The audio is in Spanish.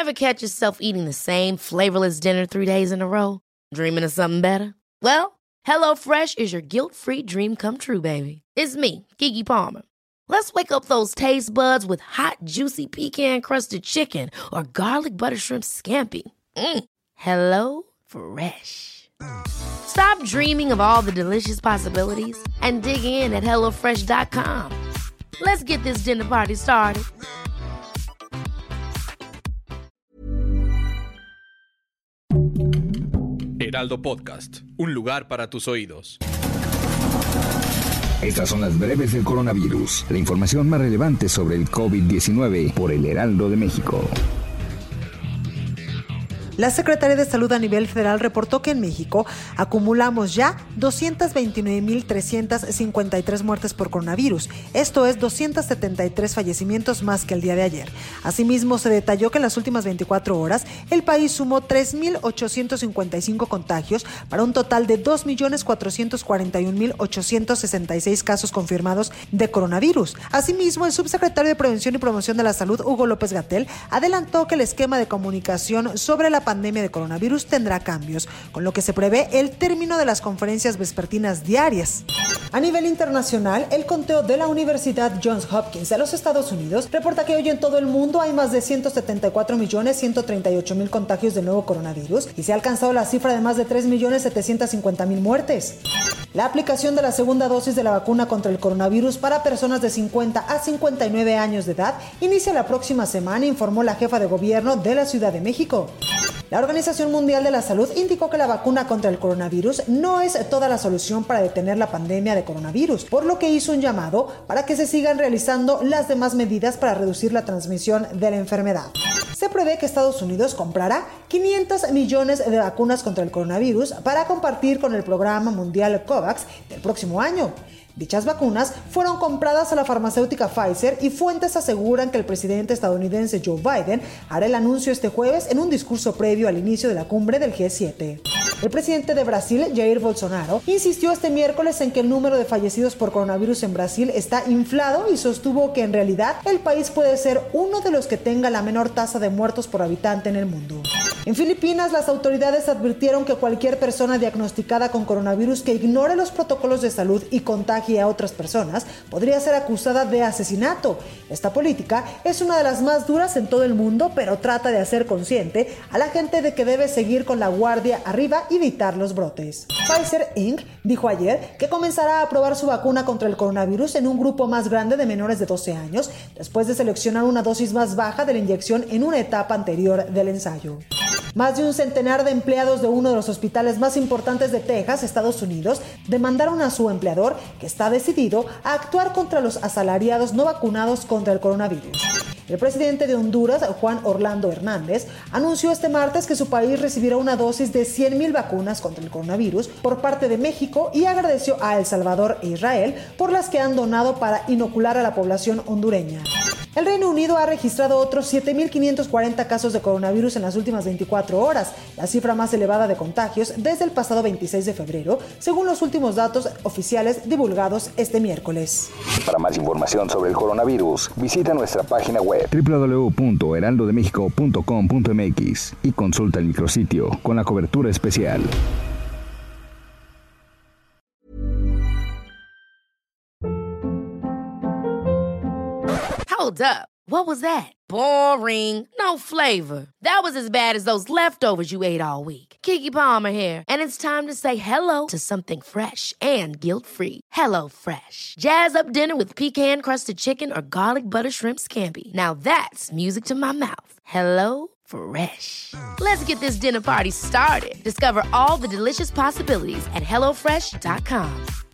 Ever catch yourself eating the same flavorless dinner 3 days in a row? Dreaming of something better? Well, HelloFresh is your guilt-free dream come true, baby. It's me, Keke Palmer. Let's wake up those taste buds with hot, juicy pecan-crusted chicken or garlic butter shrimp scampi. Hello Fresh. Stop dreaming of all the delicious possibilities and dig in at HelloFresh.com. Let's get this dinner party started. Heraldo Podcast, un lugar para tus oídos. Estas son las breves del coronavirus, la información más relevante sobre el COVID-19 por el Heraldo de México. La Secretaría de Salud a nivel federal reportó que en México acumulamos ya 229,353 muertes por coronavirus. Esto es 273 fallecimientos más que el día de ayer. Asimismo, se detalló que en las últimas 24 horas el país sumó 3,855 contagios para un total de 2,441,866 casos confirmados de coronavirus. Asimismo, el subsecretario de Prevención y Promoción de la Salud, Hugo López-Gatell, adelantó que el esquema de comunicación sobre la pandemia de coronavirus tendrá cambios, con lo que se prevé el término de las conferencias vespertinas diarias. A nivel internacional, el conteo de la Universidad Johns Hopkins de los Estados Unidos reporta que hoy en todo el mundo hay más de 174,138,000 contagios de nuevo coronavirus y se ha alcanzado la cifra de más de 3,750,000 muertes. La aplicación de la segunda dosis de la vacuna contra el coronavirus para personas de 50 a 59 años de edad inicia la próxima semana, informó la jefa de gobierno de la Ciudad de México. La Organización Mundial de la Salud indicó que la vacuna contra el coronavirus no es toda la solución para detener la pandemia de coronavirus, por lo que hizo un llamado para que se sigan realizando las demás medidas para reducir la transmisión de la enfermedad. Se prevé que Estados Unidos comprará 500 millones de vacunas contra el coronavirus para compartir con el programa mundial COVAX del próximo año. Dichas vacunas fueron compradas a la farmacéutica Pfizer y fuentes aseguran que el presidente estadounidense Joe Biden hará el anuncio este jueves en un discurso previo al inicio de la cumbre del G7. El presidente de Brasil, Jair Bolsonaro, insistió este miércoles en que el número de fallecidos por coronavirus en Brasil está inflado y sostuvo que en realidad el país puede ser uno de los que tenga la menor tasa de muertos por habitante en el mundo. En Filipinas, las autoridades advirtieron que cualquier persona diagnosticada con coronavirus que ignore los protocolos de salud y contagie a otras personas podría ser acusada de asesinato. Esta política es una de las más duras en todo el mundo, pero trata de hacer consciente a la gente de que debe seguir con la guardia arriba y evitar los brotes. Pfizer Inc. dijo ayer que comenzará a probar su vacuna contra el coronavirus en un grupo más grande de menores de 12 años, después de seleccionar una dosis más baja de la inyección en una etapa anterior del ensayo. Más de un centenar de empleados de uno de los hospitales más importantes de Texas, Estados Unidos, demandaron a su empleador, que está decidido a actuar contra los asalariados no vacunados contra el coronavirus. El presidente de Honduras, Juan Orlando Hernández, anunció este martes que su país recibirá una dosis de 100,000 vacunas contra el coronavirus por parte de México y agradeció a El Salvador e Israel por las que han donado para inocular a la población hondureña. El Reino Unido ha registrado otros 7,540 casos de coronavirus en las últimas 24 horas, la cifra más elevada de contagios desde el pasado 26 de febrero, según los últimos datos oficiales divulgados este miércoles. Para más información sobre el coronavirus, visita nuestra página web www.heraldodemexico.com.mx y consulta el micrositio con la cobertura especial. Hold up. What was that? Boring. No flavor. That was as bad as those leftovers you ate all week. Keke Palmer here, and it's time to say hello to something fresh and guilt-free. Hello Fresh. Jazz up dinner with pecan-crusted chicken or garlic butter shrimp scampi. Now that's music to my mouth. Hello Fresh. Let's get this dinner party started. Discover all the delicious possibilities at HelloFresh.com.